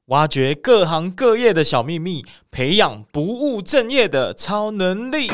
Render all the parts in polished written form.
挖掘各行各业的小秘密，培养不务正业的超能力。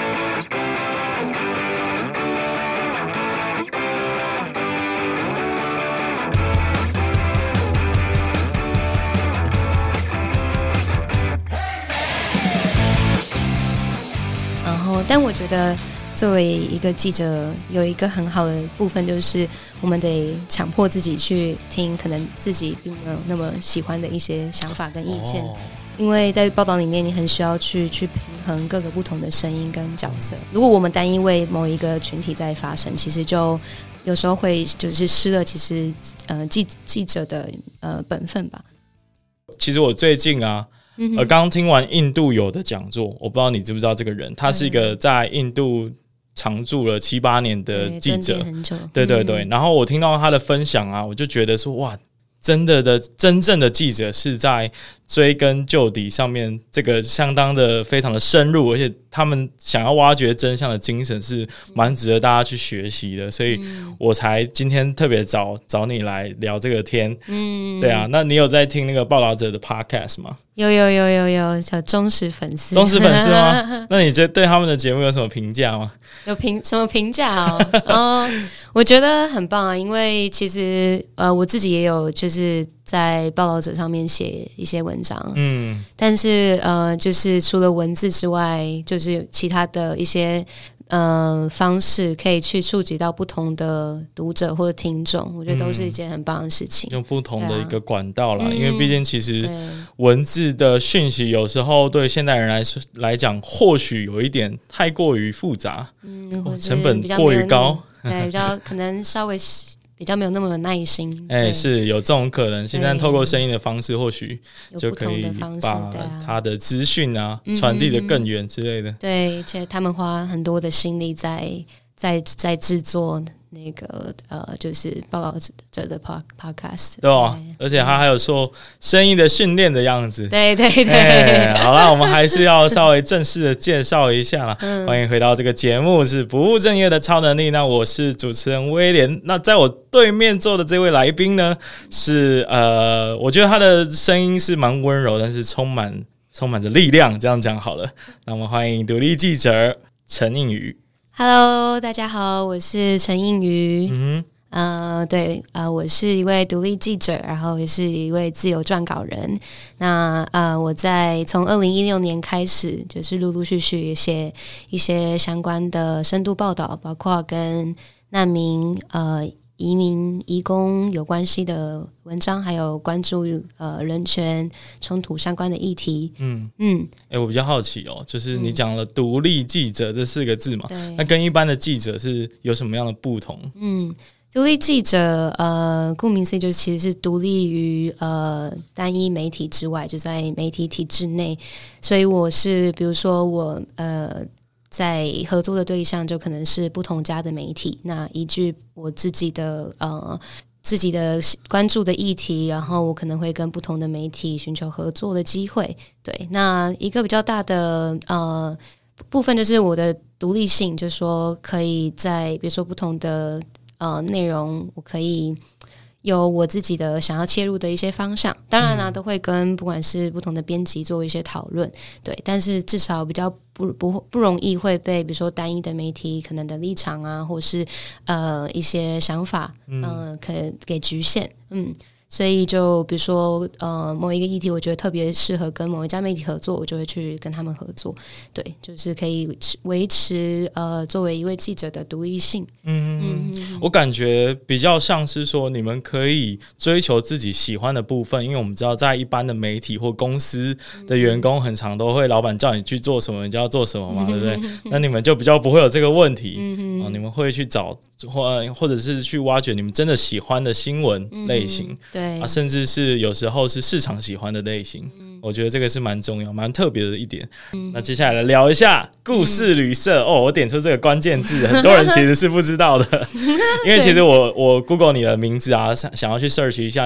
但我觉得作为一个记者有一个很好的部分，就是我们得强迫自己去听可能自己并没有那么喜欢的一些想法跟意见，因为在报道里面你很需要去平衡各个不同的声音跟角色。如果我们单一为某一个群体在发声，其实就有时候会就是失了其实记者的本分吧。 其实我最近刚听完印度有的讲座，我不知道你知不知道这个人，他是一个在印度常驻了7-8年的记者，对对对。然后我听到他的分享我就觉得说，哇，真正的记者是在追根究底上面，这个相当的非常的深入，而且他们想要挖掘真相的精神是蛮值得大家去学习的，所以我才今天特别找你来聊这个天。对啊，那你有在听那个报道者的 podcast 吗？ 有小忠实粉丝吗？那你对他们的节目有什么评价吗？ 什么评价我觉得很棒啊，因为其实我自己也有就是在报道者上面写一些文章，但是就是除了文字之外，就是其他的一些方式可以去触及到不同的读者或者听众，我觉得都是一件很棒的事情， 用不同的一个管道啦，因为毕竟其实文字的讯息有时候对现代人来讲或许有一点太过于复杂，成本过于高， 对，比较可能稍微比较没有那么有耐心， 是有这种可能性，但透过声音的方式或许就可以把他的资讯传递得更远之类的。 对，而且他们花很多的心力在制作那个就是报道者的 podcast， 对哦，而且他还有说声音的训练的样子。 对， 好啦，我们还是要稍微正式的介绍一下啦。欢迎回到这个节目，是不务正业的超能力。那我是主持人威廉，那在我对面坐的这位来宾呢，是我觉得他的声音是蛮温柔，但是充满着力量，这样讲好了。那我们欢迎独立记者陈映瑜。 Hello， 大家好，我是陈映瑜。我是一位独立记者，然后也是一位自由撰稿人。那我从2016年开始，就是陆陆续续写一些相关的深度报道，包括跟难民、移民、移工有关系的文章，还有关注人权冲突相关的议题。 我比较好奇就是你讲了独立记者这4个字嘛，那跟一般的记者是有什么样的不同？ 独立记者顾名思义，就其实是独立于单一媒体之外，就在媒体体制内。所以我是比如说我在合作的对象就可能是不同家的媒体，那依据我自己的关注的议题，然后我可能会跟不同的媒体寻求合作的机会。对，那一个比较大的部分就是我的独立性，就是说可以在比如说不同的内容，我可以有我自己的想要切入的一些方向，当然都会跟不管是不同的编辑做一些讨论，对，但是至少比较不容易会被比如说单一的媒体可能的立场或是一些想法可给局限，所以就比如说某一个议题我觉得特别适合跟某一家媒体合作，我就会去跟他们合作，对，就是可以维持作为一位记者的独立性。 我感觉比较像是说你们可以追求自己喜欢的部分，因为我们知道在一般的媒体或公司的员工很常都会老板叫你去做什么你就要做什么嘛，对不对？那你们就比较不会有这个问题，你们会去找或者是去挖掘你们真的喜欢的新闻类型， 对甚至是有时候是市场喜欢的类型，我觉得这个是蛮重要蛮特别的一点。那接下来聊一下故事旅社，我点出这个关键字很多人其实是不知道的因为其实我 Google 你的名字想要去 search 一下你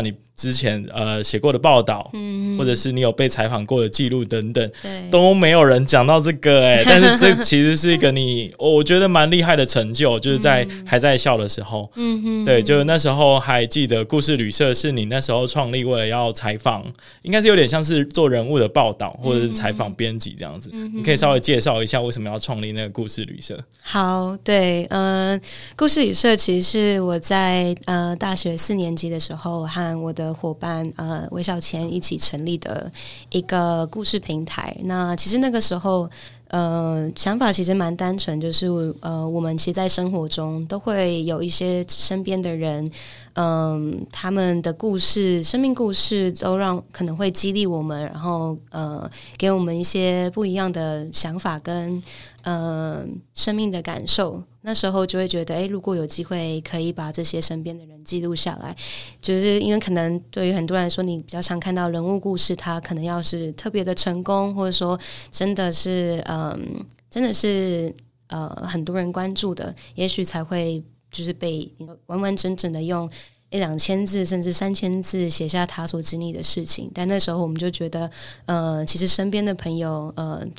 之前写过的报道，或者是你有被采访过的记录等等，都没有人讲到这个但是这其实是一个我觉得蛮厉害的成就，就是在还在校的时候，对，就是那时候还记得故事旅社是你那时候创立，为了要采访，应该是有点像是做人物的报道或者是采访编辑这样子，你可以稍微介绍一下为什么要创立那个故事旅社？ 好，对，故事旅社其实是我在大学4年级的时候和我的伙伴韦小钱一起成立的一个故事平台。那其实那个时候想法其实蛮单纯，就是我们其实在生活中都会有一些身边的人，他们的故事、生命故事都可能会激励我们，然后给我们一些不一样的想法跟生命的感受。那时候就会觉得如果有机会可以把这些身边的人记录下来，就是因为可能对于很多人来说，你比较常看到人物故事，他可能要是特别的成功，或者说真的是很多人关注的，也许才会就是被完完整整的用1-2千字甚至3000字写下他所经历的事情。但那时候我们就觉得其实身边的朋友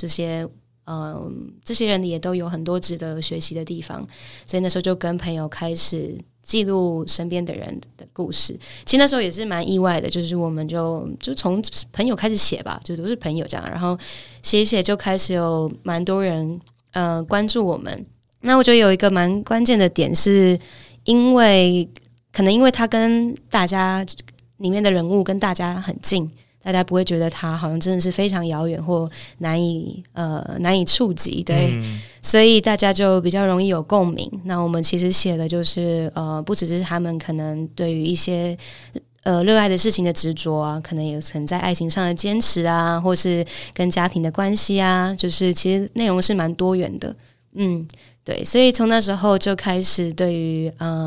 这些人也都有很多值得学习的地方，所以那时候就跟朋友开始记录身边的人的故事。其实那时候也是蛮意外的，就是我们就从朋友开始写吧，就都是朋友这样，然后写一写就开始有蛮多人关注我们。那我觉得有一个蛮关键的点是，可能因为他跟大家里面的人物跟大家很近，大家不会觉得他好像真的是非常遥远或难以触及，对，所以大家就比较容易有共鸣。那我们其实写的就是不只是他们可能对于一些热爱的事情的执着啊，可能也曾在爱情上的坚持啊，或是跟家庭的关系啊，就是其实内容是蛮多元的，对，所以从那时候就开始对于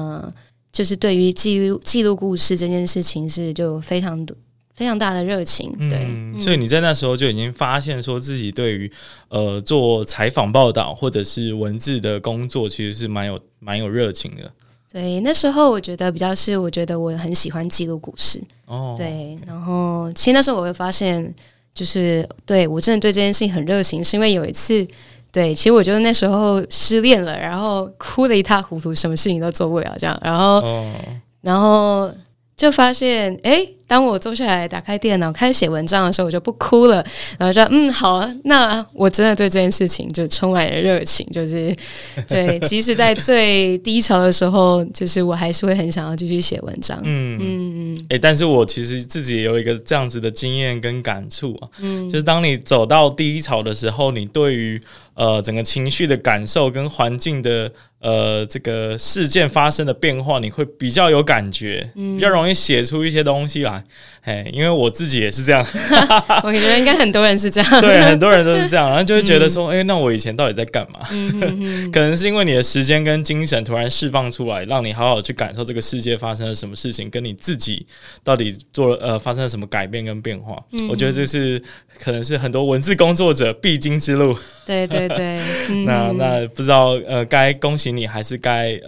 记录故事这件事情是就非常大的热情，对， 所以你在那时候就已经发现说自己对于做采访报道或者是文字的工作其实是蛮有热情的。 对，那时候我觉得我觉得我很喜欢记录故事，对，然后其实那时候我会发现，就是对我真的对这件事情很热情，是因为有一次。对，其实我觉得那时候失恋了，然后哭得一塌糊涂，什么事情都做不了这样，然后就发现当我坐下来打开电脑开始写文章的时候，我就不哭了，然后就好啊，那我真的对这件事情就充满了热情，就是对，即使在最低潮的时候，就是我还是会很想要继续写文章。 但是我其实自己也有一个这样子的经验跟感触啊，就是当你走到低潮的时候，你对于整个情绪的感受跟环境的这个事件发生的变化，你会比较有感觉，比较容易写出一些东西来。因为我自己也是这样我觉得应该很多人是这样对，很多人都是这样，然后就会觉得说那我以前到底在干嘛可能是因为你的时间跟精神突然释放出来，让你好好去感受这个世界发生了什么事情，跟你自己到底发生了什么改变跟变化。我觉得这是可能是很多文字工作者必经之路。 对对对那不知道该恭喜你还是该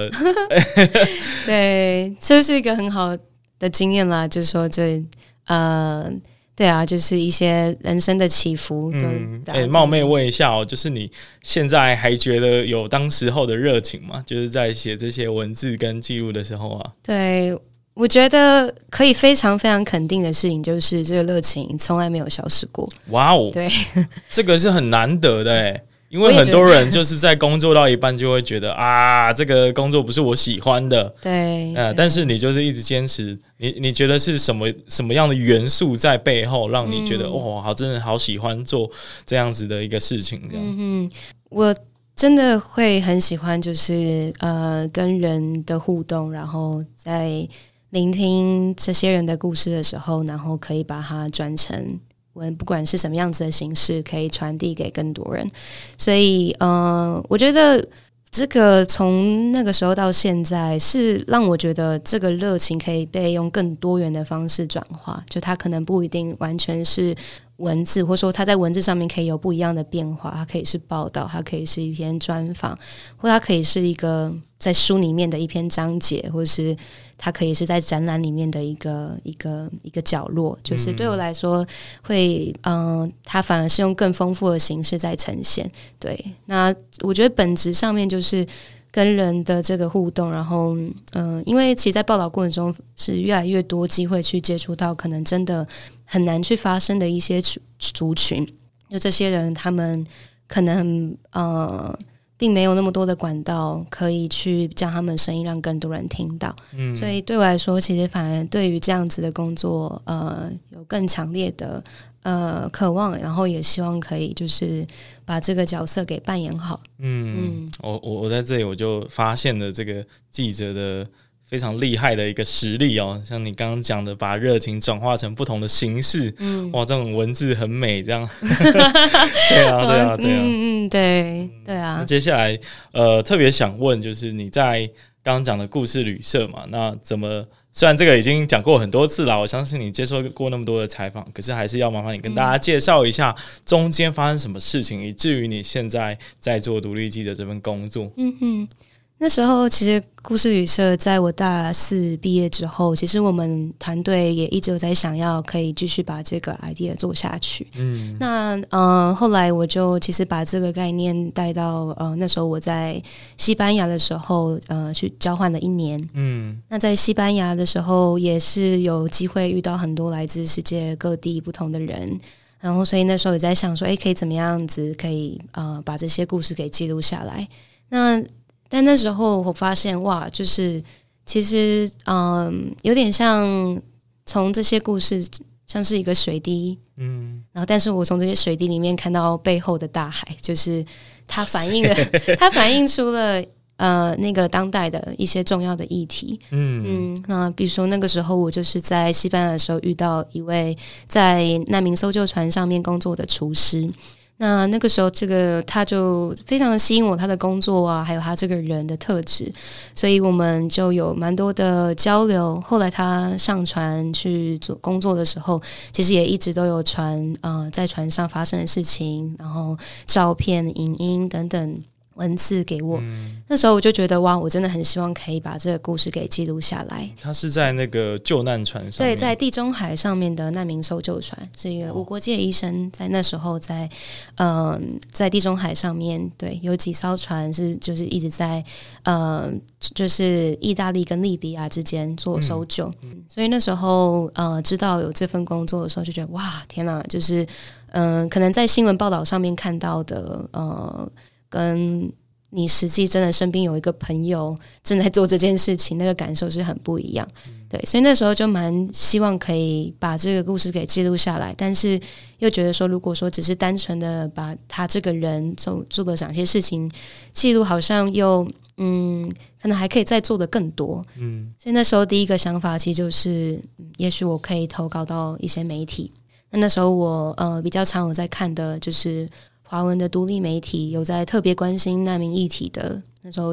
对，这是一个很好的经验啦，就是说对啊，就是一些人生的起伏。 冒昧问一下就是你现在还觉得有当时候的热情吗？就是在写这些文字跟记录的时候啊。 对，我觉得可以非常非常肯定的事情就是这个热情从来没有消失过。 哇哦， 对， 这个是很难得的因为很多人就是在工作到一半就会觉得这个工作不是我喜欢的， 对， 但是你就是一直坚持，你觉得是什么样的元素在背后让你觉得真的好喜欢做这样子的一个事情这样？ 我真的会很喜欢就是跟人的互动，然后在聆听这些人的故事的时候，然后可以把它转成不管是什么样子的形式，可以传递给更多人。所以我觉得这个从那个时候到现在是让我觉得这个热情可以被用更多元的方式转化，就它可能不一定完全是文字，或者说它在文字上面可以有不一样的变化，它可以是报道，它可以是一篇专访，或它可以是一个在书里面的一篇章节，或者是它可以是在展览里面的一个角落，就是对我来说会它反而是用更丰富的形式在呈现。对，那我觉得本质上面就是跟人的这个互动，然后因为其实在报道过程中是越来越多机会去接触到可能真的很难去发声的一些族群，就这些人他们可能并没有那么多的管道可以去将他们声音让更多人听到，所以对我来说其实反而对于这样子的工作有更强烈的渴望，然后也希望可以就是把这个角色给扮演好。 我在这里我就发现了这个记者的非常厉害的一个实力哦，像你刚刚讲的，把热情转化成不同的形式，哇，这种文字很美，这样，对啊， 对啊。 那接下来特别想问，就是你在刚刚讲的故事旅社嘛，那怎么？虽然这个已经讲过很多次了，我相信你接受过那么多的采访，可是还是要麻烦你跟大家介绍一下中间发生什么事情，以至于你现在在做独立记者这份工作。 那时候其实故事旅社在我大4毕业之后，其实我们团队也一直有在想要可以继续把这个 idea 做下去。那后来我就其实把这个概念带到那时候我在西班牙的时候去交换了1年。那在西班牙的时候也是有机会遇到很多来自世界各地不同的人，然后所以那时候也在想说可以怎么样子可以把这些故事给记录下来。但那时候我发现哇，就是其实有点像从这些故事像是一个水滴，然后但是我从这些水滴里面看到背后的大海，就是它反映出了那个当代的一些重要的议题。那比如说那个时候我就是在西班牙的时候遇到一位在难民搜救船上面工作的厨师。那个时候他就非常的吸引我，他的工作啊，还有他这个人的特质，所以我们就有蛮多的交流。后来他上船去做工作的时候，其实也一直都有在船上发生的事情，然后照片、影音等等文字给我。那时候我就觉得哇，我真的很希望可以把这个故事给记录下来。 他是在那个救难船上面， 对，在地中海上面的难民搜救船，是一个无国界医生在那时候在地中海上面，对，有几艘船就是一直在就是意大利跟利比亚之间做搜救。所以那时候知道有这份工作的时候，就觉得哇，天哪，就是可能在新闻报道上面看到的跟你实际真的身边有一个朋友正在做这件事情，那个感受是很不一样。对，所以那时候就蛮希望可以把这个故事给记录下来，但是又觉得说，如果说只是单纯的把他这个人做的哪些事情记录，好像又可能还可以再做的更多。所以那时候第一个想法其实就是也许我可以投稿到一些媒体。那时候我比较常有在看的就是华文的独立媒体，有在特别关心难民议题的。那时候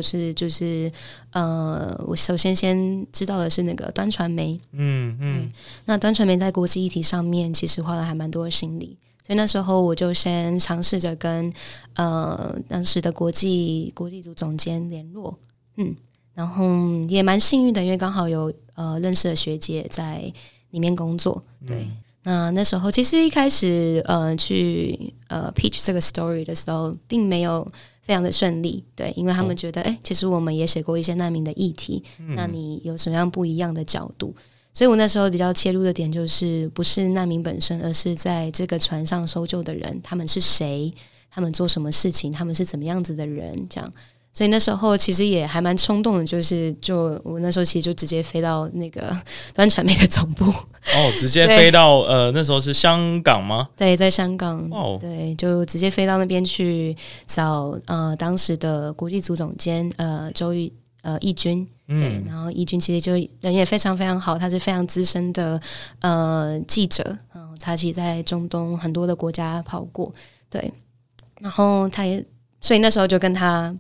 我首先知道的是那个端传媒。那端传媒在国际议题上面其实花了还蛮多的心力，所以那时候我就先尝试着跟当时的国际组总监联络。然后也蛮幸运的，因为刚好有认识的学姐在里面工作。对。那时候其实一开始去pitch 这个 story 的时候并没有非常的顺利，对，因为他们觉得其实我们也写过一些难民的议题，那你有什么样不一样的角度？所以我那时候比较切入的点就是不是难民本身，而是在这个船上搜救的人，他们是谁，他们做什么事情，他们是怎么样子的人，这样。所以那时候其实也还蛮冲动的，就我那时候其实就直接飞到那个端传媒的总部。 直接飞到那时候是香港吗？ 对，在香港。对，就直接飞到那边去找当时的国际组总监周义军。对，然后义军其实就人也非常非常好，他是非常资深的记者，他其实在中东很多的国家跑过。对，然后所以那时候就跟他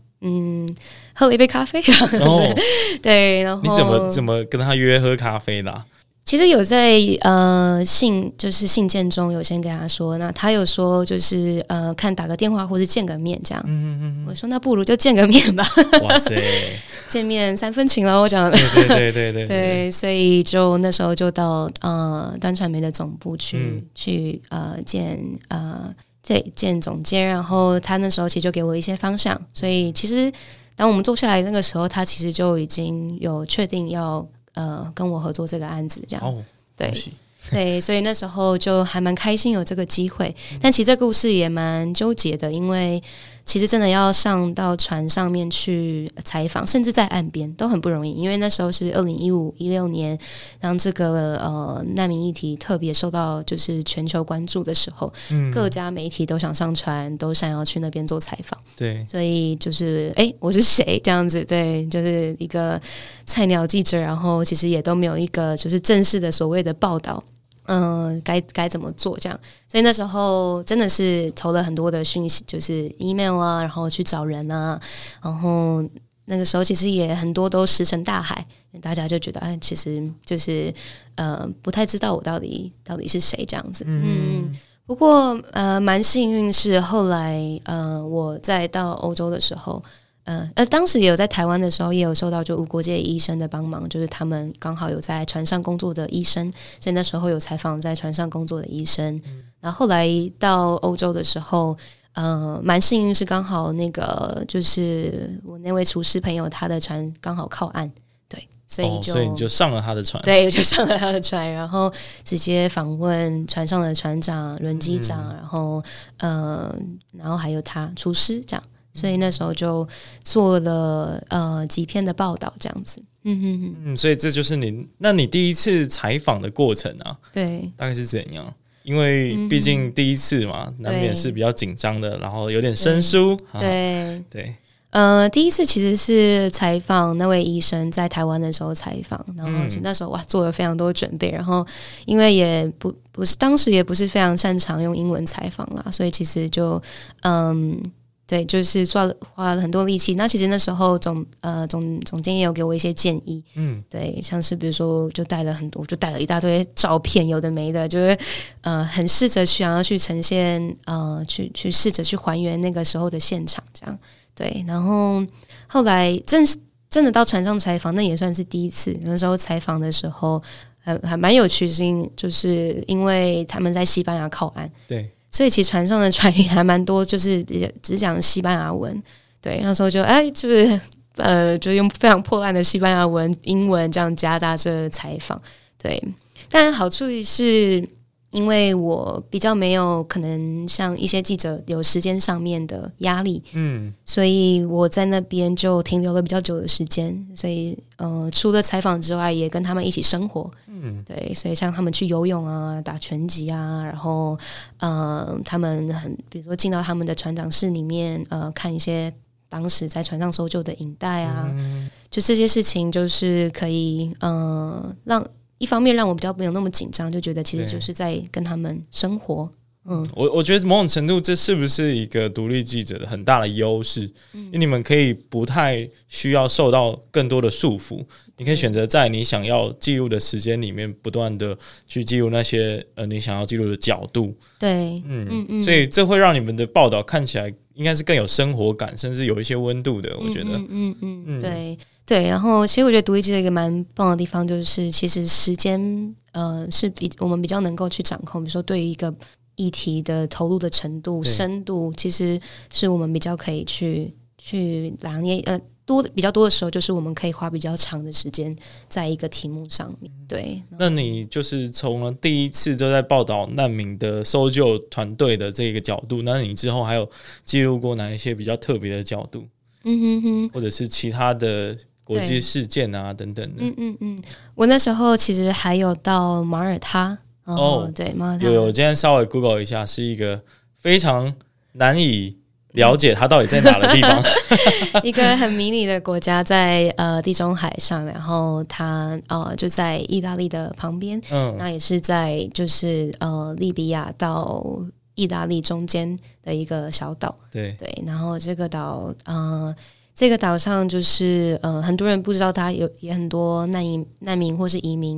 喝了一杯咖啡。对，然后你怎么跟他约喝咖啡的？ 其实有在就是信件中有先跟他说，那他有说就是看打个电话或是见个面这样。我说那不如就见个面吧。 哇塞， 见面3分情了，我讲的。 对对，所以就那时候就到端传媒的总部去见总监，然后他那时候其实就给我一些方向，所以其实当我们坐下来那个时候，他其实就已经有确定要跟我合作这个案子，这样。 哦， 对对，所以那时候就还蛮开心有这个机会，但其实这个故事也蛮纠结的，因为其实真的要上到船上面去采访，甚至在岸边都很不容易，因为那时候是2015-16年，当这个难民议题特别受到就是全球关注的时候，各家媒体都想上船，都想要去那边做采访， 对， 所以就是我是谁这样子，对，就是一个菜鸟记者，然后其实也都没有一个就是正式的所谓的报道。该怎么做这样，所以那时候真的是投了很多的讯息，就是 email 啊，然后去找人啊，然后那个时候其实也很多都石沉大海，大家就觉得其实就是不太知道我到底是谁这样子。不过蛮幸运是后来我再到欧洲的时候。当时也有在台湾的时候，也有受到就无国界医生的帮忙，就是他们刚好有在船上工作的医生，所以那时候有采访在船上工作的医生。然后后来到欧洲的时候，蛮幸运是刚好那个就是我那位厨师朋友他的船刚好靠岸，对，所以你就上了他的船， 对，我就上了他的船，然后直接访问船上的船长、轮机长，然后还有他厨师这样。所以那时候就做了几篇的报道这样子。 所以这就是你第一次采访的过程啊？ 对， 大概是怎样？因为毕竟第一次嘛，难免是比较紧张的，然后有点生疏。 对。第一次其实是采访那位医生，在台湾的时候采访，然后那时候做了非常多准备，然后因为也不是当时也不是非常擅长用英文采访啦，所以其实就对，就是花了很多力气。那其实那时候总监也有给我一些建议，对，像是比如说就带了一大堆照片，有的没的，就是很试着想要去呈现，去试着去还原那个时候的现场，这样对。然后后来真的到船上采访，那也算是第一次。那时候采访的时候，还蛮有趣，就是因为他们在西班牙靠岸， 对。 所以其实船上的船员还蛮多，就是只讲西班牙文，对，那时候就用非常破烂的西班牙文、英文这样夹杂着采访，对。但好处是，因为我比较没有可能像一些记者有时间上面的压力，所以我在那边就停留了比较久的时间，所以除了采访之外，也跟他们一起生活，对，所以像他们去游泳啊、打拳击啊，然后他们比如说进到他们的船长室里面，看一些当时在船上搜救的影带啊，就这些事情就是可以一方面让我比较没有那么紧张，就觉得其实就是在跟他们生活。 我觉得某种程度这是不是一个独立记者的很大的优势？因为你们可以不太需要受到更多的束缚，你可以选择在你想要记录的时间里面不断的去记录那些你想要记录的角度。 对， 所以这会让你们的报道看起来应该是更有生活感，甚至有一些温度的。我觉得， 对。然后，其实我觉得独立记者一个蛮棒的地方就是，其实时间是我们比较能够去掌控。比如说，对于一个议题的投入的程度、深度，其实是我们比较可以去拿捏。比较多的时候，就是我们可以花比较长的时间在一个题目上面。对， 那你就是从第一次都在报道难民的搜救团队的这个角度，那你之后还有记录过哪一些比较特别的角度？或者是其他的国际事件啊等等的。 我那时候其实还有到马耳他。对，马耳他我今天稍微 Google 一下，是一个非常难以了解它到底在哪的地方。 一个很迷你的国家，在地中海上，然后它就在意大利的旁边，那也是在就是利比亚到意大利中间的一个小岛。对，然后这个岛上就是很多人不知道，它也很多难民或是移民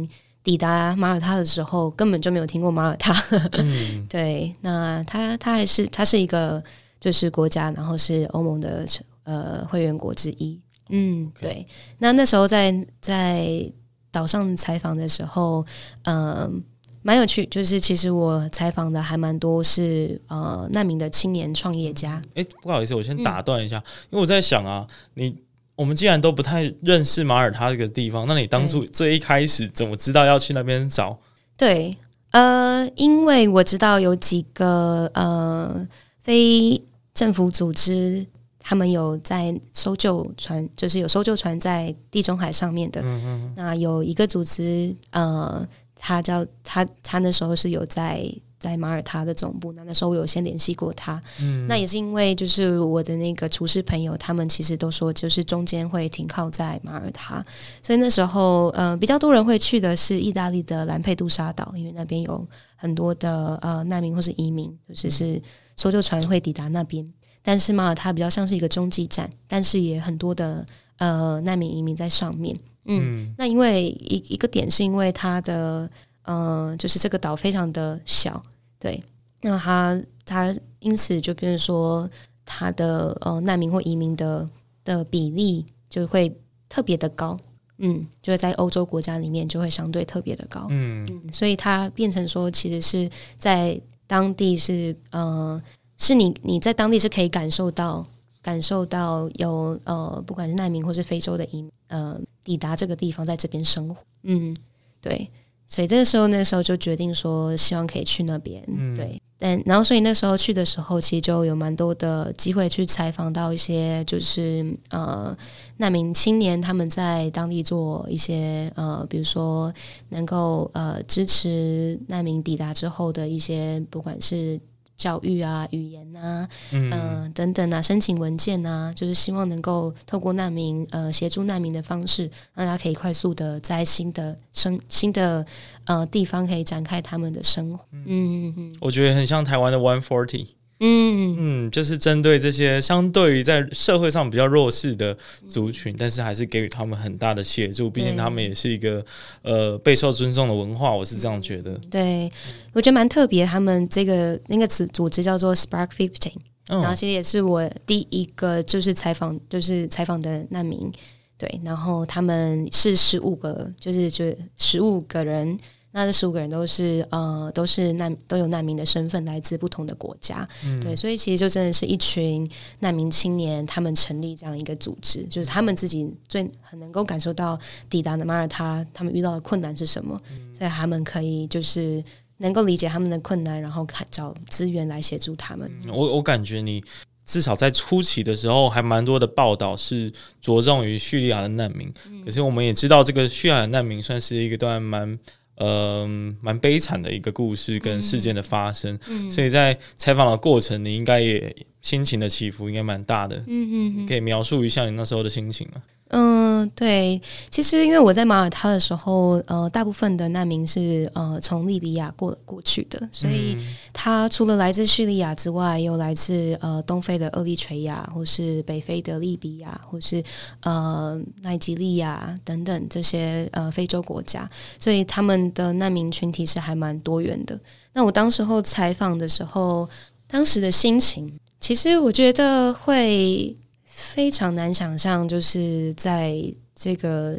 抵达马耳他的时候根本就没有听过马耳他。对，那它是一个就是国家，然后是欧盟的会员国之一。对。那时候在岛上采访的时候，蛮有趣，就是其实我采访的还蛮多是难民的青年创业家。 不好意思，我先打断一下，因为我在想啊，我们既然都不太认识马耳他这个地方，那你当初最一开始怎么知道要去那边找？ 对，因为我知道有几个非政府组织，他们有在搜救船，就是有搜救船在地中海上面的。那有一个组织，他那时候是有在马耳他的总部，那时候我有先联系过他。那也是因为就是我的那个厨师朋友，他们其实都说就是中间会停靠在马耳他，所以那时候比较多人会去的是意大利的兰佩杜莎岛，因为那边有很多的难民或是移民，就是搜救船会抵达那边。但是马耳他比较像是一个中继站，但是也很多的难民移民在上面。那因为一个点是因为它的就是这个岛非常的小，对，那它因此就比如说它的难民或移民的比例就会特别的高，就会在欧洲国家里面就会相对特别的高，所以它变成说其实是在当地是是你在当地是可以感受到有不管是难民或是非洲的移民抵达这个地方，在这边生活，对，所以那时候就决定说希望可以去那边，对，然后所以那时候去的时候，其实就有蛮多的机会去采访到一些就是难民青年，他们在当地做一些比如说能够支持难民抵达之后的一些不管是教育啊、语言啊、等等啊、申请文件啊，就是希望能够透过难民协助难民的方式，让他可以快速的在新的地方可以展开他们的生活。 我觉得很像台湾的 140。就是针对这些相对于在社会上比较弱势的族群，但是还是给予他们很大的协助，毕竟他们也是一个备受尊重的文化，我是这样觉得。 对，我觉得蛮特别，他们那个组织叫做 Spark 15，然后其实也是我第一个就是采访的难民，对，然后他们是15个，就是15个人。那这15个人都有难民的身份，来自不同的国家，对，所以其实就真的是一群难民青年，他们成立这样一个组织，就是他们自己很能够感受到抵达的马耳他他们遇到的困难是什么，所以他们可以就是能够理解他们的困难，然后找资源来协助他们。 我感觉你至少在初期的时候还蛮多的报道是着重于叙利亚的难民，可是我们也知道这个叙利亚的难民算是一个段蛮悲惨的一个故事跟事件的发生，所以在采访的过程，你应该也心情的起伏应该蛮大的。可以描述一下你那时候的心情吗？ 对，其实因为我在马耳他的时候，大部分的难民是从利比亚过去的，所以他除了来自叙利亚之外，又来自东非的厄立垂亚，或是北非的利比亚，或是奈及利亚等等这些非洲国家，所以他们的难民群体是还蛮多元的。那我当时候采访的时候，当时的心情，其实我觉得会非常难想象，就是在这个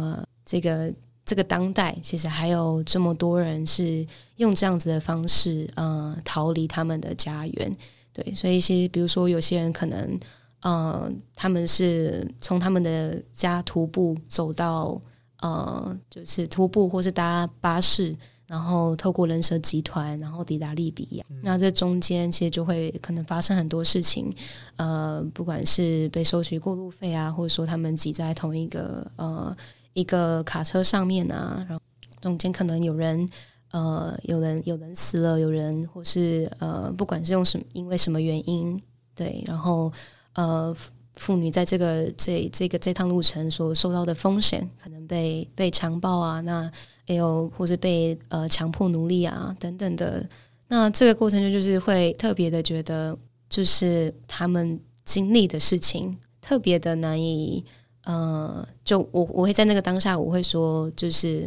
当代，其实还有这么多人是用这样子的方式逃离他们的家园。对，所以其实比如说有些人可能他们是从他们的家徒步走到就是徒步或是搭巴士，然后透过人蛇集团，然后抵达利比亚。那这中间其实就会可能发生很多事情，不管是被收取过路费啊，或者说他们挤在同一个卡车上面啊，然后中间可能有人死了，有人或是不管是因为什么原因，对，然后妇女在这趟路程所受到的风险，可能被强暴啊，那也有或是被强迫奴隶啊等等的。那这个过程就是会特别的觉得，就是他们经历的事情特别的难以就我会在那个当下，我会说，就是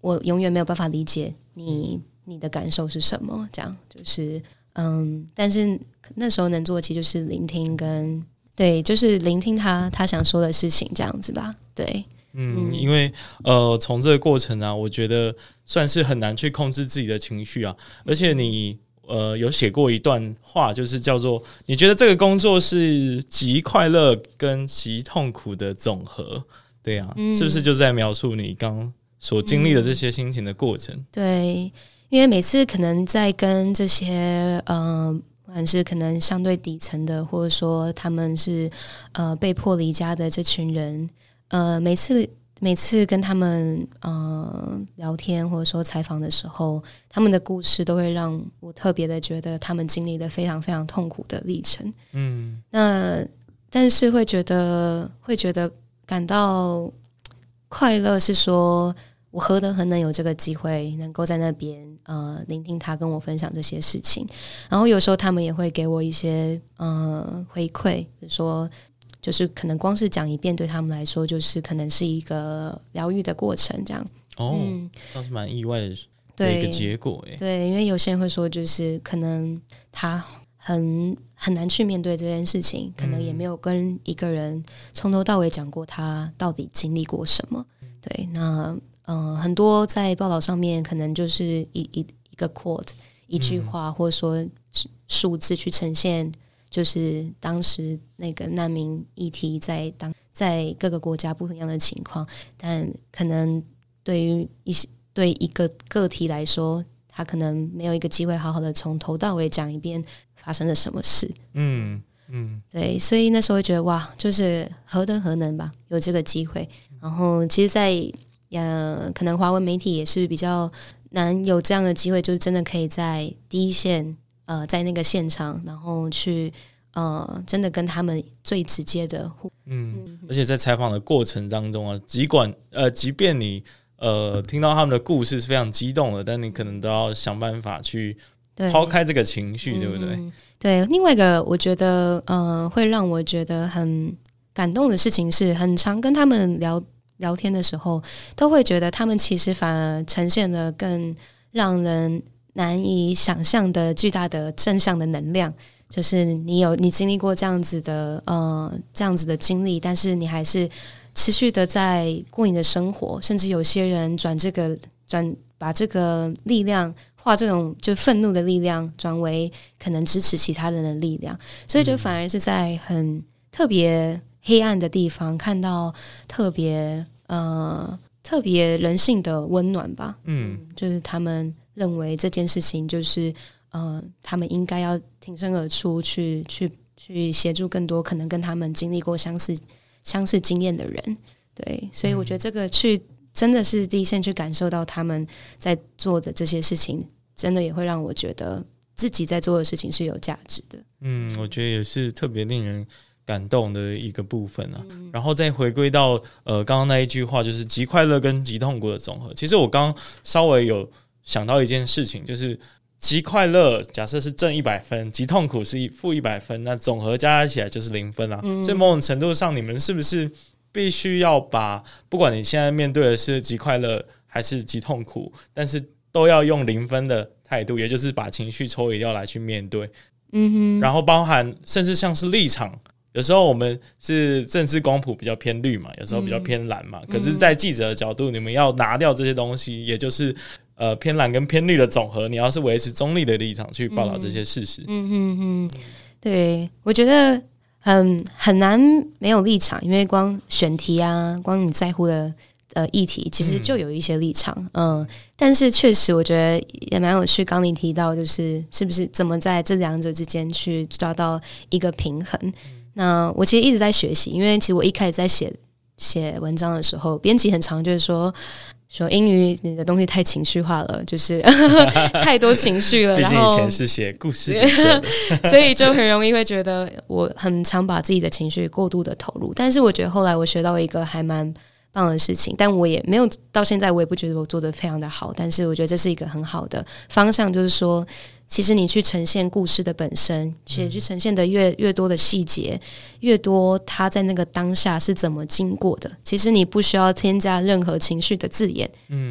我永远没有办法理解你的感受是什么，这样就是但是那时候能做的其实就是聆听跟对，就是聆听他想说的事情这样子吧，对。 因为从这个过程啊，我觉得算是很难去控制自己的情绪啊，而且你有写过一段话，就是叫做你觉得这个工作是极快乐跟极痛苦的总和，对啊，是不是就在描述你刚所经历的这些心情的过程？ 对，因为每次可能在跟这些不管是可能相对底层的，或者说他们是被迫离家的这群人，每次跟他们聊天或者说采访的时候，他们的故事都会让我特别的觉得他们经历了非常非常痛苦的历程。那但是会觉得感到快乐，是说我何德何能有这个机会能够在那边聆听他跟我分享这些事情，然后有时候他们也会给我一些回馈，比如说就是可能光是讲一遍对他们来说就是可能是一个疗愈的过程这样。 倒是蛮意外的一个结果耶。 对，因为有些人会说就是可能他很难去面对这件事情，可能也没有跟一个人从头到尾讲过他到底经历过什么。对，那很多在报道上面可能就是一个 quote 一句话，或者说数字去呈现就是当时那个难民议题在各个国家不一样的情况，但可能对一个个体来说，他可能没有一个机会好好的从头到尾讲一遍发生了什么事。对，所以那时候会觉得哇，就是何德何能吧，有这个机会。然后其实在可能华文媒体也是比较难有这样的机会，就是真的可以在第一线在那个现场，然后去真的跟他们最直接的而且在采访的过程当中啊，即便你听到他们的故事是非常激动的，但你可能都要想办法去抛开这个情绪，对不对？ 对，另外一个我觉得会让我觉得很感动的事情是，很常跟他们聊天的时候，都会觉得他们其实反而呈现了更让人难以想象的巨大的正向的能量。就是你经历过这样子的经历，但是你还是持续的在过你的生活，甚至有些人把这个力量化这种就愤怒的力量转为可能支持其他人的力量，所以就反而是在很特别黑暗的地方看到特别人性的温暖吧。就是他们认为这件事情就是他们应该要挺身而出去协助更多可能跟他们经历过相似经验的人。对，所以我觉得这个真的是第一线去感受到他们在做的这些事情，真的也会让我觉得自己在做的事情是有价值的。 我觉得也是特别令人感动的一个部分啊。然后再回归到刚刚那一句话，就是极快乐跟极痛苦的总和。其实我刚刚稍微有想到一件事情，就是极快乐假设是正100分，极痛苦是负100分，那总和加起来就是0分啊。所以某种程度上，你们是不是必须要把不管你现在面对的是极快乐还是极痛苦，但是都要用0分的态度，也就是把情绪抽离掉来去面对。然后包含甚至像是立场，有时候我们是政治光谱比较偏绿嘛，有时候比较偏蓝嘛，可是在记者的角度，你们要拿掉这些东西，也就是偏蓝跟偏绿的总和，你要是维持中立的立场去报道这些事实。 对，我觉得很难没有立场，因为光选题啊，光你在乎的议题，其实就有一些立场。但是确实我觉得也蛮有趣，刚你提到就是是不是怎么在这两者之间去找到一个平衡。那我其实一直在学习，因为其实我一开始在写文章的时候，编辑很常就是说英语你的东西太情绪化了，就是太多情绪了。 毕竟以前是写故事的所以就很容易会觉得我很常把自己的情绪过度的投入。但是我觉得后来我学到一个还蛮棒的事情，但我也没有到现在我也不觉得我做得非常的好，但是我觉得这是一个很好的方向，就是说其实你去呈现故事的本身，其实去呈现的越多的细节，越多他在那个当下是怎么经过的，其实你不需要添加任何情绪的字眼。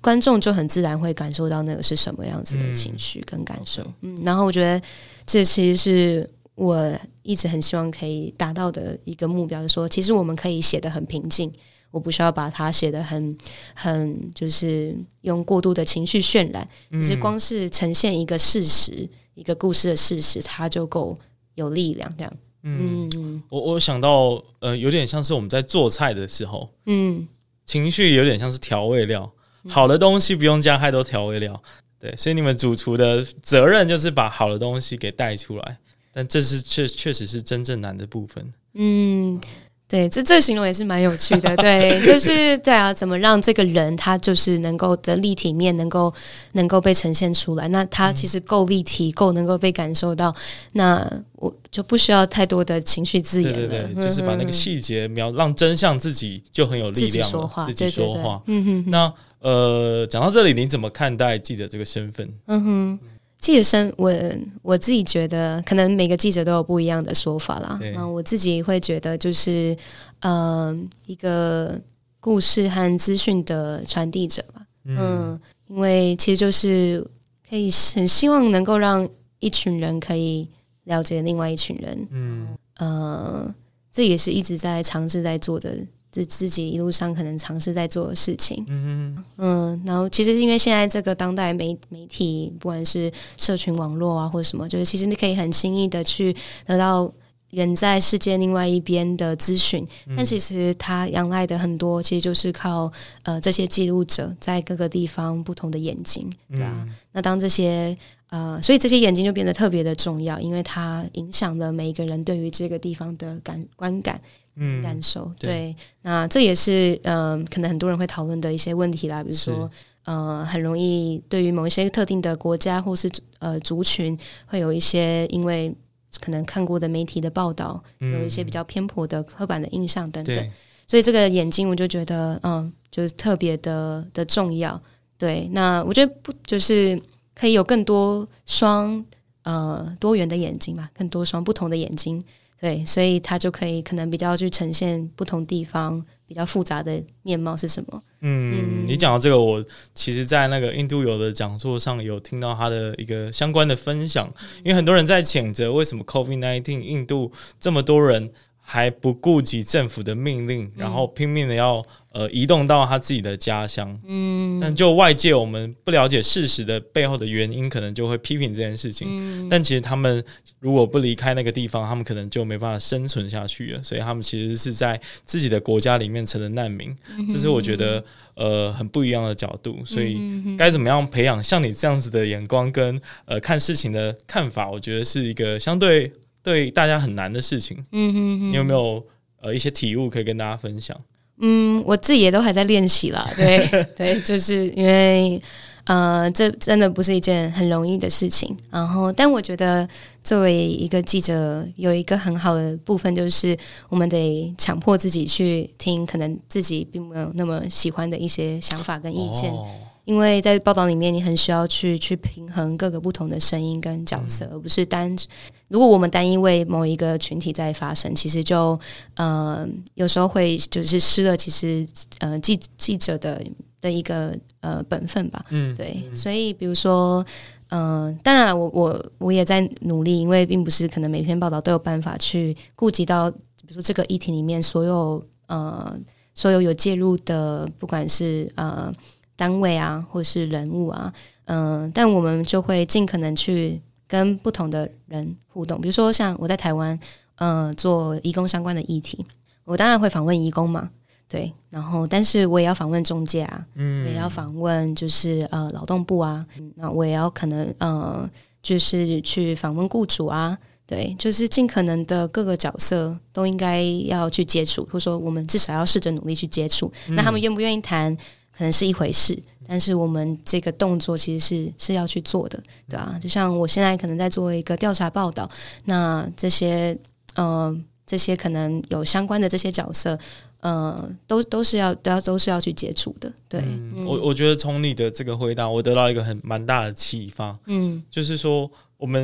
观众就很自然会感受到那个是什么样子的情绪跟感受。然后我觉得这其实是我一直很希望可以达到的一个目标，就是说其实我们可以写得很平静，我不需要把它写得很就是用过度的情绪渲染，只是光是呈现一个事实，一个故事的事实，它就够有力量这样。 我想到有点像是我们在做菜的时候，情绪有点像是调味料，好的东西不用加太多调味料，对，所以你们主厨的责任就是把好的东西给带出来，但这是确实是真正难的部分。 对，这形容也是蛮有趣的，对，就是对啊，怎么让这个人他就是能够的立体面能够被呈现出来，那他其实够立体，够能够被感受到，那我就不需要太多的情绪字眼了， 对，就是把那个细节让真相自己就很有力量了，自己说话。那讲到这里，你怎么看待记者这个身份？ 记者我自己觉得，可能每个记者都有不一样的说法啦。那我自己会觉得，就是一个故事和资讯的传递者吧。因为其实就是可以很希望能够让一群人可以了解另外一群人。这也是一直在尝试在做的。自己一路上可能尝试在做的事情。然后其实因为现在这个当代媒体，不管是社群网络啊或者什么，就是其实你可以很轻易的去得到远在世界另外一边的资讯，但其实它仰赖的很多其实就是靠这些记录者在各个地方不同的眼睛，对啊。那当这些所以这些眼睛就变得特别的重要，因为它影响了每一个人对于这个地方的观感感受。对，那这也是可能很多人会讨论的一些问题啦，比如说很容易对于某一些特定的国家或是族群会有一些因为可能看过的媒体的报道有一些比较偏颇的刻板的印象等等，所以这个眼睛我就觉得就是特别的重要。对，那我觉得就是可以有更多双多元的眼睛吧，更多双不同的眼睛。对，所以它就可以可能比较去呈现不同地方比较复杂的面貌是什么。 你讲到这个，我其实在那个印度游的讲座上有听到他的一个相关的分享，因为很多人在谴责为什么 COVID-19 印度这么多人还不顾及政府的命令，然后拼命的要移动到他自己的家乡。但就外界我们不了解事实的背后的原因，可能就会批评这件事情。但其实他们如果不离开那个地方，他们可能就没办法生存下去了，所以他们其实是在自己的国家里面成了难民。这是我觉得很不一样的角度，所以该怎么样培养像你这样子的眼光跟看事情的看法，我觉得是一个相对大家很难的事情。你有没有一些体悟可以跟大家分享？ 我自己也都还在练习啦，对对，就是因为这真的不是一件很容易的事情。然后，但我觉得作为一个记者，有一个很好的部分就是我们得强迫自己去听可能自己并没有那么喜欢的一些想法跟意见。因为在报道里面，你很需要去平衡各个不同的声音跟角色，而不是如果我们单一为某一个群体在发声，其实就有时候会就是失了其实记者的一个本分吧。对，所以比如说当然了，我也在努力，因为并不是可能每篇报道都有办法去顾及到，比如说这个议题里面所有有介入的，不管是单位啊，或是人物啊，但我们就会尽可能去跟不同的人互动。比如说像我在台湾，做移工相关的议题，我当然会访问移工嘛，对，然后但是我也要访问中介啊，我也要访问就是劳动部啊，那我也要可能就是去访问雇主啊。对，就是尽可能的各个角色都应该要去接触，或者说我们至少要试着努力去接触。那他们愿不愿意谈可能是一回事，但是我们这个动作其实是要去做的，对啊。就像我现在可能在做一个调查报道，那这些可能有相关的这些角色，都是要去接触的。对， 我觉得从你的这个回答，我得到一个蛮大的启发。就是说我们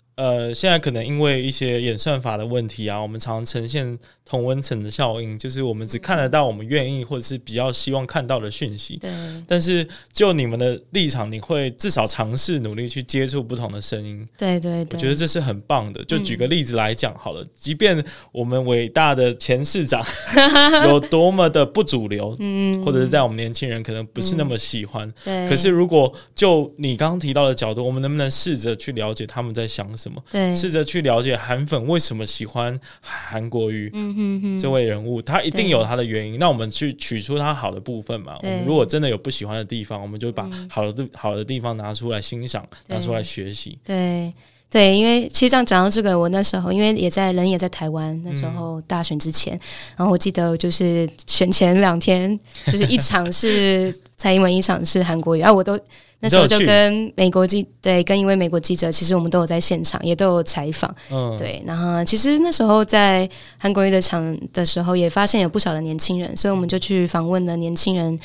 现在可能因为一些演算法的问题啊，我们常常呈现同温层的效应，就是我们只看得到我们愿意或者是比较希望看到的讯息。 对。 但是就你们的立场，你会至少尝试努力去接触不同的声音。 对对对， 我觉得这是很棒的。就举个例子来讲好了，即便我们伟大的前市长有多么的不主流，或者是在我们年轻人可能不是那么喜欢，可是如果就你刚刚提到的角度，我们能不能试着去了解他们在想什么？ 对， 试着去了解韩粉为什么喜欢韩国瑜这位人物，他一定有他的原因。那我们去取出他好的部分嘛。我们如果真的有不喜欢的地方，我们就把好的地方拿出来欣赏，拿出来学习。 对对，因为其实这样讲到这个，我那时候因为人也在台湾，那时候大选之前，然后我记得就是选前2天，就是一场是蔡英文，一场是韩国瑜，然后我都那时候就跟跟一位美国记者，其实我们都有在现场，也都有采访。对，然后其实那时候在韩国瑜的场的时候，也发现有不少的年轻人，所以我们就去访问了年轻人，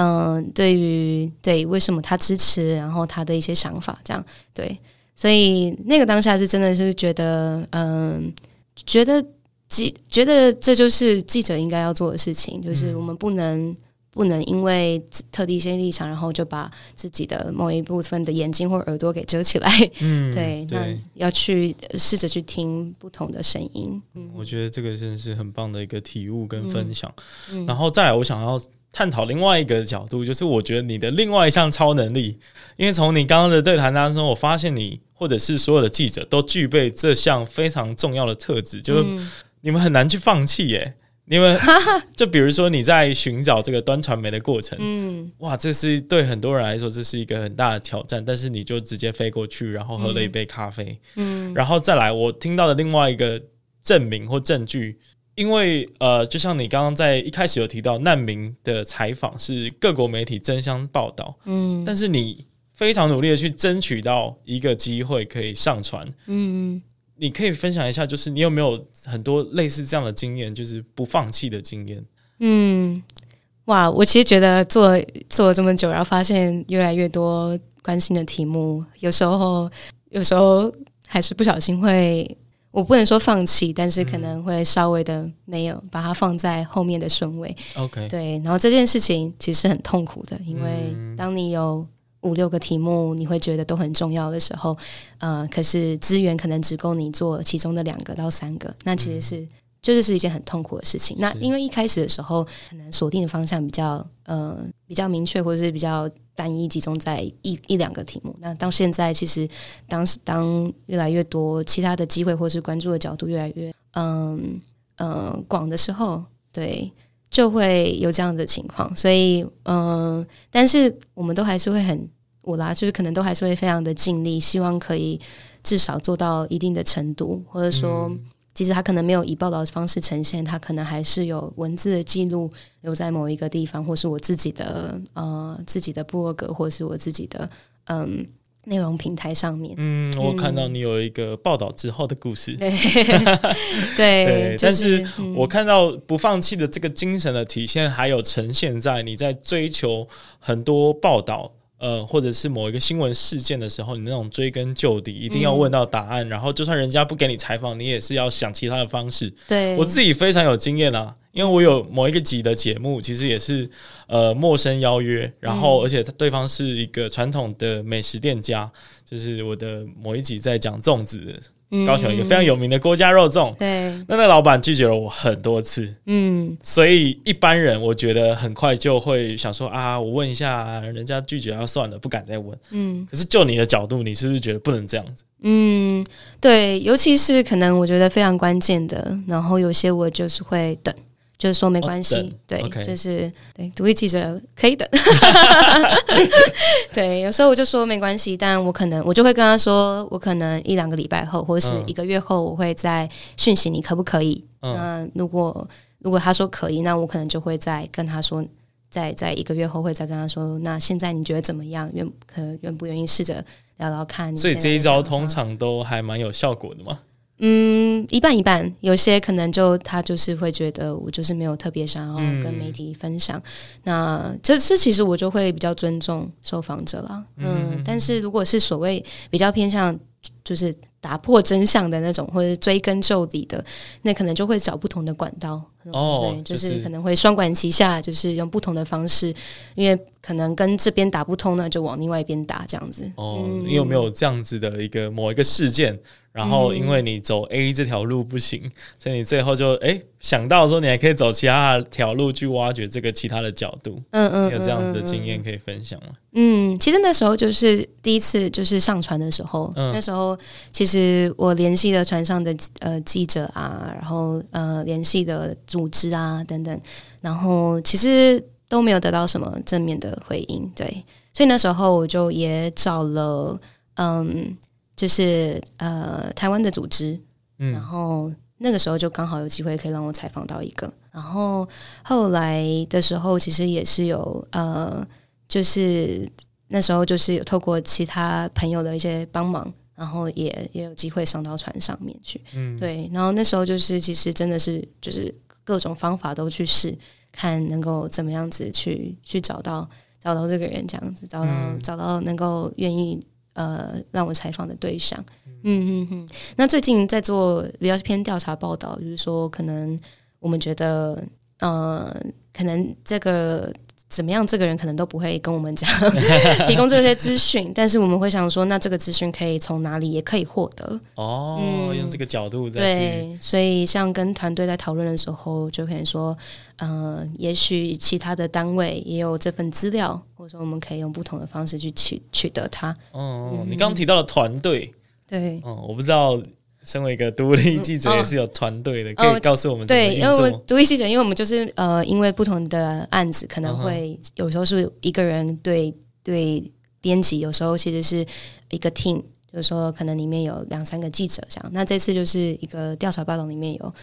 对为什么他支持，然后他的一些想法，这样对。所以那个当下是真的是觉得，觉得这就是记者应该要做的事情，就是我们不能因为特定一些立场，然后就把自己的某一部分的眼睛或耳朵给遮起来。对，那要去试着去听不同的声音。 我觉得这个真的是很棒的一个体悟跟分享。然后再来，我想要探讨另外一个角度，就是我觉得你的另外一项超能力，因为从你刚刚的对谈当中，我发现你或者是所有的记者都具备这项非常重要的特质，就是你们很难去放弃耶。你们就比如说你在寻找这个端传媒的过程，哇，这是对很多人来说这是一个很大的挑战，但是你就直接飞过去，然后喝了一杯咖啡，然后再来我听到的另外一个证明或证据。因为就像你刚刚在一开始有提到，难民的采访是各国媒体争相报道，但是你非常努力的去争取到一个机会可以上传，你可以分享一下，就是你有没有很多类似这样的经验，就是不放弃的经验？ 哇，我其实觉得做了这么久，然后发现越来越多关心的题目，有时候还是不小心会。我不能说放弃，但是可能会稍微的没有把它放在后面的顺位。 OK， 对，然后这件事情其实很痛苦的，因为当你有5-6个题目，你会觉得都很重要的时候，可是资源可能只够你做其中的2个到3个，那其实是一件很痛苦的事情。那因为一开始的时候，可能锁定的方向比较明确，或者是比较单一集中在1-2个题目。那到现在，其实当越来越多其他的机会或是关注的角度越来越广的时候，对，就会有这样的情况。所以但是我们都还是会就是可能都还是会非常的尽力，希望可以至少做到一定的程度，或者说。其实他可能没有以报道的方式呈现，他可能还是有文字的记录留在某一个地方，或是我自己的部落格，或是我自己的内容平台上面。 我看到你有一个报道之后的故事。 对， 但是我看到不放弃的这个精神的体现，还有呈现在你在追求很多报道。或者是某一个新闻事件的时候，你那种追根究底，一定要问到答案，然后就算人家不给你采访，你也是要想其他的方式。 对， 我自己非常有经验啊，因为我有某一个集的节目，其实也是陌生邀约，然后而且对方是一个传统的美食店家，就是我的某一集在讲粽子的。高雄一个非常有名的郭家肉粽， 对， 那个老板拒绝了我很多次，所以一般人我觉得很快就会想说啊，我问一下，人家拒绝要算了，不敢再问，可是就你的角度，你是不是觉得不能这样子？ 对，尤其是可能我觉得非常关键的，然后有些我就是会等。就是说没关系，对， okay. 就是对独立记者可以等，对，有时候我就说没关系，但我就会跟他说，我可能1-2个礼拜后，或者是1个月后，我会再讯息你可不可以。那如果他说可以，那我可能就会再跟他说，在1个月后会再跟他说，那现在你觉得怎么样？愿不愿意试着聊聊看？ 所以这一招通常都还蛮有效果的嘛。 一半一半，有些可能他就是会觉得我就是没有特别想要跟媒体分享，那这其实我就会比较尊重受访者啦。但是如果是所谓比较偏向就是打破真相的那种，或者追根究底的，那可能就会找不同的管道。对，就是可能会双管齐下，就是用不同的方式，因为可能跟这边打不通呢，就往另外一边打这样子。 你有没有这样子的某一个事件？然后因为你走 A 这条路不行，所以你最后就想到说你还可以走其他条路去挖掘这个其他的角度。你有这样子的经验可以分享吗？ 其实那时候就是第一次就是上船的时候，那时候其实我联系了船上的记者啊，然后联系的组织啊等等，然后其实都没有得到什么正面的回应。对，所以那时候我就也找了就是台湾的组织，然后那个时候就刚好有机会可以让我采访到一个，然后后来的时候其实也是有就是那时候就是有透过其他朋友的一些帮忙，然后也有机会上到船上面去，对，然后那时候就是其实真的是就是各种方法都去试，看能够怎么样子去找到这个人，这样子找到能够愿意让我采访的对象。那最近在做比较偏调查报道，就是说可能我们觉得可能这个怎么样，这个人可能都不会跟我们讲提供这些资讯，但是我们会想说，那这个资讯可以从哪里也可以获得用这个角度再去。 对，所以像跟团队在讨论的时候，就可能说也许其他的单位也有这份资料，或者说我们可以用不同的方式去取得它。 你刚刚提到的团队， 对， 我不知道身为一个独立记者也是有团队的，可以告诉我们怎么运作。 对，因为独立记者，因为我们就是因为不同的案子，可能会有时候是一个人对编辑，有时候其实是一个 team， 就是说可能里面有2-3个记者这样。那这次就是一个调查报道，里面有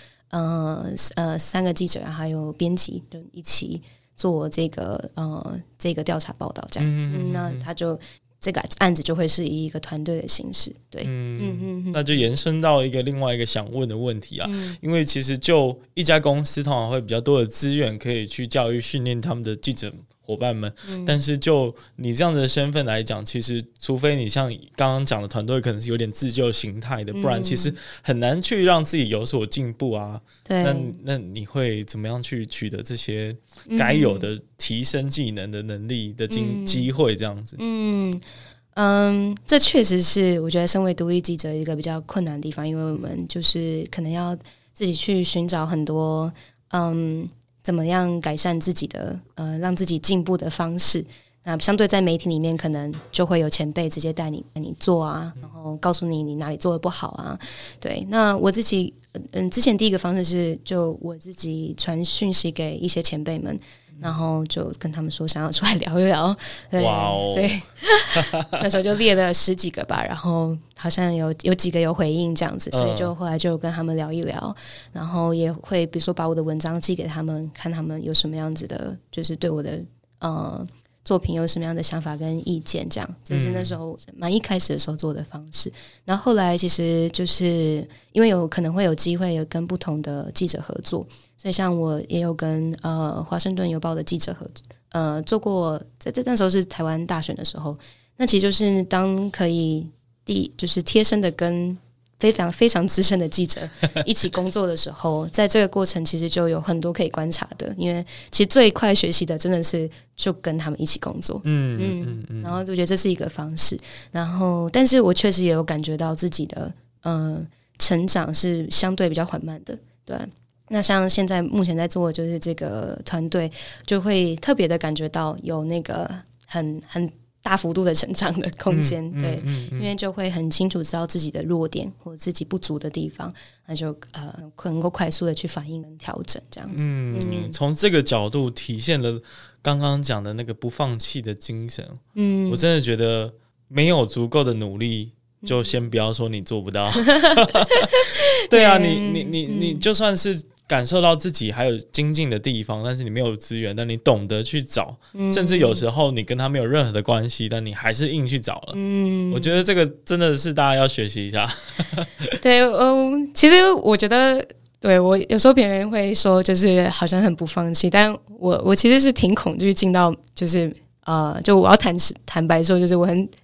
3个记者，还有编辑，就一起做这个调查报道这样。那他就。这个案子就会是以一个团队的形式，对， 那就延伸到另外一个想问的问题啊，因为其实就一家公司通常会比较多的资源可以去教育训练他们的记者伙伴们，但是就你这样的身份来讲，其实除非你像刚刚讲的团队可能是有点自救形态的，不然其实很难去让自己有所进步啊。 对， 那你会怎么样去取得这些该有的提升技能的能力的机会这样子？ 这确实是我觉得身为独立记者一个比较困难的地方，因为我们就是可能要自己去寻找很多怎么样改善自己的让自己进步的方式。那相对在媒体里面，可能就会有前辈直接带你做啊，然后告诉你哪里做的不好啊。对，那我自己之前第一个方式是就我自己传讯息给一些前辈们，然后就跟他们说想要出来聊一聊。对，所以那时候就列了10几个吧，然后好像有几个有回应这样子，所以就后来就跟他们聊一聊，然后也会比如说把我的文章寄给他们，看他们有什么样子的，就是对我的作品有什么样的想法跟意见，这样就是那时候蛮一开始的时候做的方式。然后后来其实就是因为可能会有机会有跟不同的记者合作，所以像我也有跟华盛顿邮报的记者做过，在那时候是台湾大选的时候，那其实就是当可以就是贴身的跟非常非常资深的记者一起工作的时候，在这个过程其实就有很多可以观察的，因为其实最快学习的真的是就跟他们一起工作，然后我觉得这是一个方式，然后但是我确实也有感觉到自己的成长是相对比较缓慢的，对。那像现在目前在做的就是这个团队，就会特别的感觉到有那个很大幅度的成长的空间，对，因为就会很清楚知道自己的弱点或者自己不足的地方，那就能够快速的去反应跟调整这样子。 从这个角度体现了刚刚讲的那个不放弃的精神。我真的觉得没有足够的努力，就先不要说你做不到。对啊，你就算是感受到自己还有精进的地方，但是你没有资源，但你懂得去找，甚至有时候你跟他没有任何的关系，但你还是硬去找了。我觉得这个真的是大家要学习一下。 对，其实我觉得，对，我有时候别人会说，就是好像很不放弃，但我其实是挺恐惧进到，就是就我要坦白说，就是我很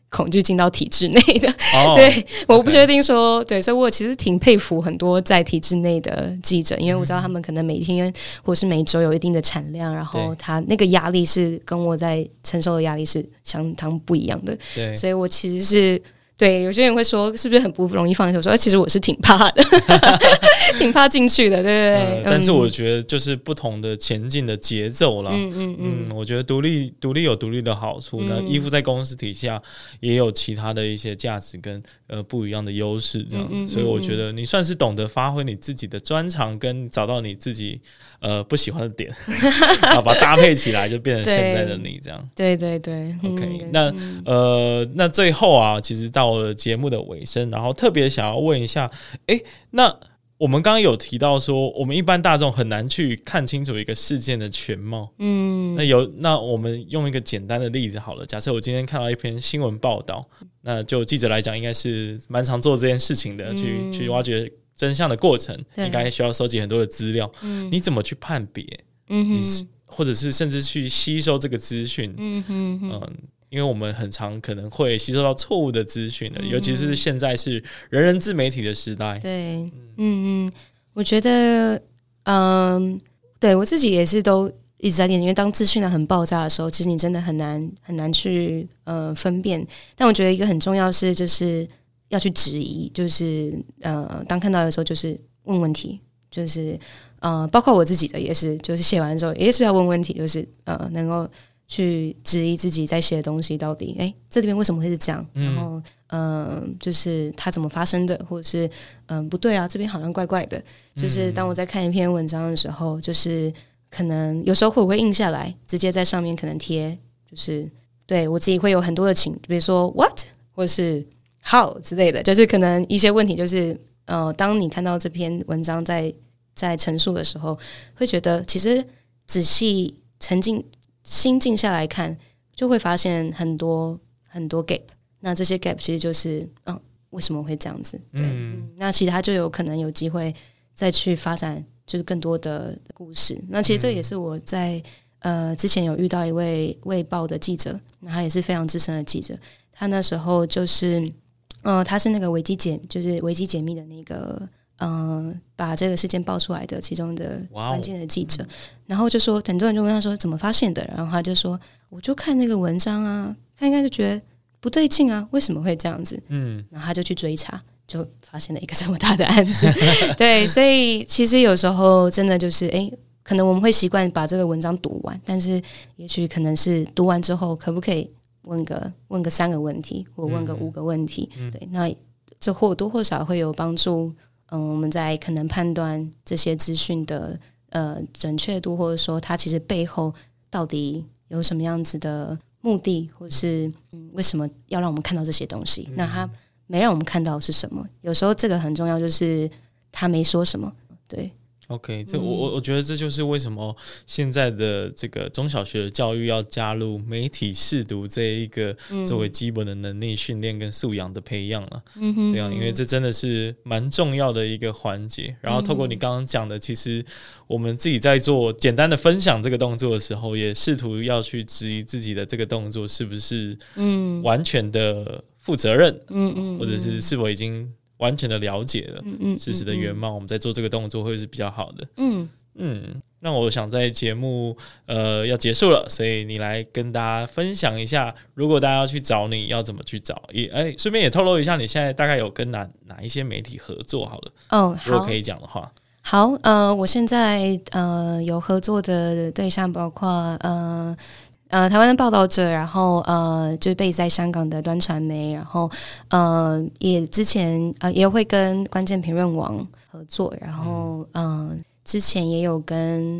恐惧进到体制内的。对，我不确定说，对，所以我其实挺佩服很多在体制内的记者，因为我知道他们可能每天或是每周有一定的产量，然后他那个压力是跟我在承受的压力是相当不一样的。 对， 所以我其实是。对，有些人会说是不是很不容易放手？我说其实我是挺怕的，挺怕进去的，对不对？ 但是我觉得就是不同的前进的节奏啦。我觉得独立有独立的好处，那依附在公司底下也有其他的一些价值跟不一样的优势，这样。所以我觉得你算是懂得发挥你自己的专长，跟找到你自己不喜欢的点，然后把它搭配起来，就变成现在的你这样。 对对对 ，OK， 那最后啊，其实到了节目的尾声，然后特别想要问一下，那我们刚刚有提到说，我们一般大众很难去看清楚一个事件的全貌。那我们用一个简单的例子好了，假设我今天看到一篇新闻报道，那就记者来讲，应该是蛮常做这件事情的，去挖掘真相的过程，应该需要收集很多的资料。你怎么去判别？或者是甚至去吸收这个资讯？因为我们很常可能会吸收到错误的资讯的，尤其是现在是人人自媒体的时代。 对，我觉得，对我自己也是都一直在练习，因为当资讯量很爆炸的时候，其实你真的很难去分辨。但我觉得一个很重要是，就是要去质疑，就是当看到的时候，就是问问题，就是包括我自己的也是，就是写完之后也是要问问题，就是能够去质疑自己在写的东西到底，这边为什么会是这样？然后就是它怎么发生的，或者是不对啊，这边好像怪怪的。就是当我在看一篇文章的时候，就是可能有时候我会印下来，直接在上面可能贴，就是对我自己会有很多的比如说 what 或是 how 之类的，就是可能一些问题，就是当你看到这篇文章在陈述的时候，会觉得其实仔细心静下来看，就会发现很多很多 gap。那这些 gap 其实就是为什么会这样子？对，那其他就有可能有机会再去发展，就是更多的故事。那其实这也是我在之前有遇到一位卫报的记者，那他也是非常资深的记者。他那时候就是他是那个维基解密的那个。把这个事件爆出来的其中的关键的记者，然后就说很多人就问他说怎么发现的，然后他就说我就看那个文章啊，看应该就觉得不对劲啊，为什么会这样子？然后他就去追查，就发现了一个这么大的案子。对，所以其实有时候真的就是可能我们会习惯把这个文章读完，但是也许可能是读完之后可不可以问个3个问题，或问个5个问题？对，那这或多或少会有帮助。我们在可能判断这些资讯的准确度，或者说它其实背后到底有什么样子的目的，或是为什么要让我们看到这些东西？那它没让我们看到是什么？有时候这个很重要，就是他没说什么。对。 OK， 我觉得这就是为什么现在的这个中小学的教育要加入媒体识读这一个作为基本的能力训练跟素养的培养了。对啊，因为这真的是蛮重要的一个环节。然后透过你刚刚讲的，其实我们自己在做简单的分享这个动作的时候，也试图要去质疑自己的这个动作是不是完全的负责任，或者是否已经完全的了解了事实的原貌，我们在做这个动作会是比较好的。那我想在节目要结束了，所以你来跟大家分享一下，如果大家要去找你，要怎么去找？顺便也透露一下，你现在大概有跟哪一些媒体合作好了？如果可以讲的话。 好，我现在有合作的对象包括台湾的报道者，然后就是base在香港的端传媒，然后也之前也会跟关键评论网合作，然后之前也有跟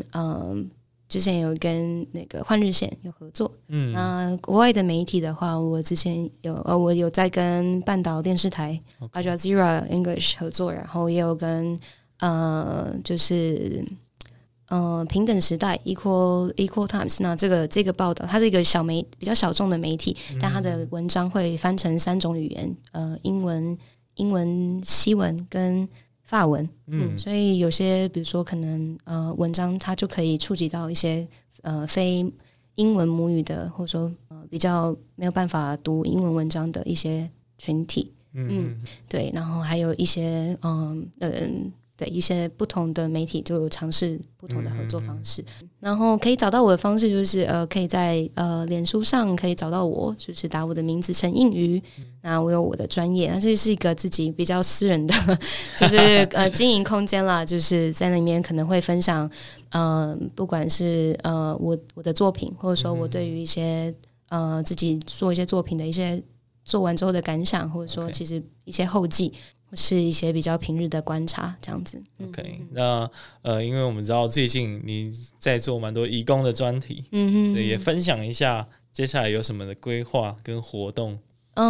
那个换日线有合作。那国外的媒体的话，我之前我有在跟半岛电视台 Al Jazeera English 合作，然后也有跟就是平等时代 Equal Times， 那这个报道它是一个比较小众的媒体，但它的文章会翻成3种语言，英文、西文跟法文。所以有些比如说可能文章它就可以触及到一些非英文母语的，或者说比较没有办法读英文文章的一些群体。对，然后还有一些对一些不同的媒体就有尝试不同的合作方式，然后可以找到我的方式就是可以在脸书上可以找到我，就是打我的名字陈映瑜，那我有我的专业，那这是一个自己比较私人的就是经营空间啦，就是在那里面可能会分享不管是我的作品，或者说我对于一些自己做一些作品的一些做完之后的感想，或者说其实一些后记，是一些比较平日的观察这样子。 OK， 那因为我们知道最近你在做蛮多移工的专题，所以也分享一下接下来有什么的规划跟活动。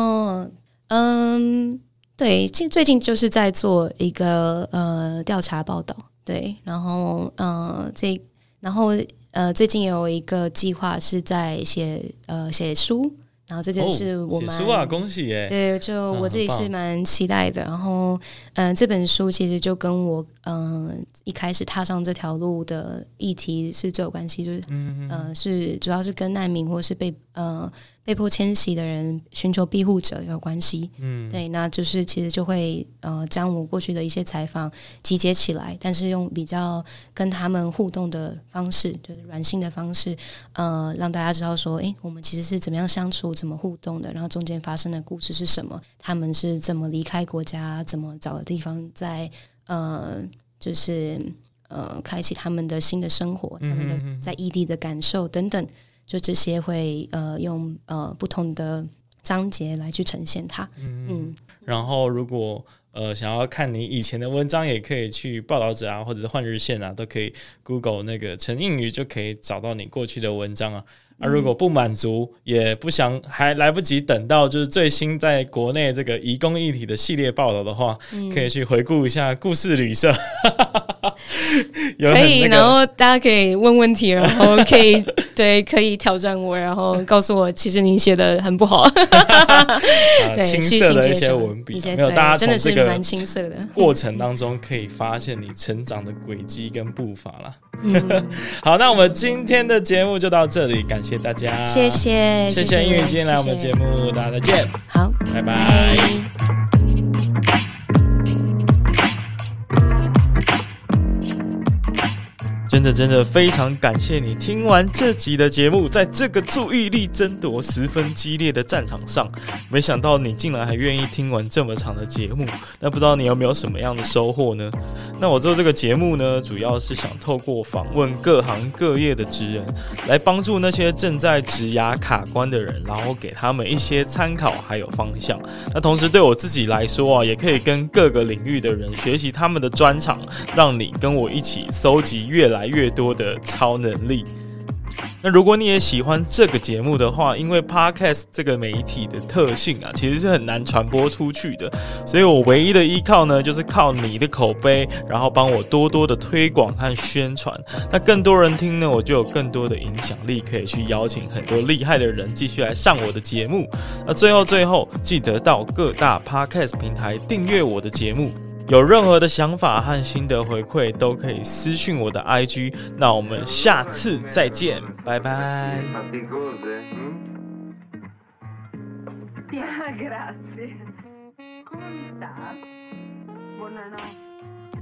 对，最近就是在做一个调查报道，对，然后最近有一个计划是在写书。然后这件事我写书啊，恭喜耶！ 对，就我自己是蛮期待的。然后，这本书其实就跟我一开始踏上这条路的议题是最有关系，就是是主要是跟难民或是被迫迁徙的人寻求庇护者有关系。对，那就是其实就会将我过去的一些采访集结起来，但是用比较跟他们互动的方式，就是软性的方式，让大家知道说，我们其实是怎么样相处、怎么互动的，然后中间发生的故事是什么，他们是怎么离开国家，怎么找的地方在就是开启他们的新的生活，他们的在异地的感受等等。就这些会用不同的章节来去呈现它。 然后如果想要看你以前的文章，也可以去报道者啊，或者是换日线啊，都可以 Google 那个陈映瑜，就可以找到你过去的文章啊。如果不满足，也不想还来不及等到就是最新在国内这个移工议题的系列报道的话，可以去回顾一下故事旅社。 可以，然后大家可以问问题，然后可以挑战我，然后告诉我其实你写的很不好。 对，青涩的一些文笔，没有，大家从这个蛮青涩的过程当中可以发现你成长的轨迹跟步伐啦。好，那我们今天的节目就到这里，感谢大家， 谢谢映瑜今天来我们的节目，大家再见， 好， 拜拜。真的非常感谢你听完这集的节目，在这个注意力争夺十分激烈的战场上，没想到你竟然还愿意听完这么长的节目，那不知道你有没有什么样的收获呢？那我做这个节目呢，主要是想透过访问各行各业的职人，来帮助那些正在职涯卡关的人，然后给他们一些参考还有方向。那同时对我自己来说啊，也可以跟各个领域的人学习他们的专长，让你跟我一起搜集越来越多的超能力。那如果你也喜欢这个节目的话，因为 Podcast 这个媒体的特性啊，其实是很难传播出去的，所以我唯一的依靠呢，就是靠你的口碑，然后帮我多多的推广和宣传。那更多人听呢，我就有更多的影响力，可以去邀请很多厉害的人继续来上我的节目。那最后，记得到各大 Podcast 平台订阅我的节目。有任何的想法和心得回馈，都可以私讯我的 IG。那我们下次再见，拜拜。Grazie. Come sta? Buonanotte.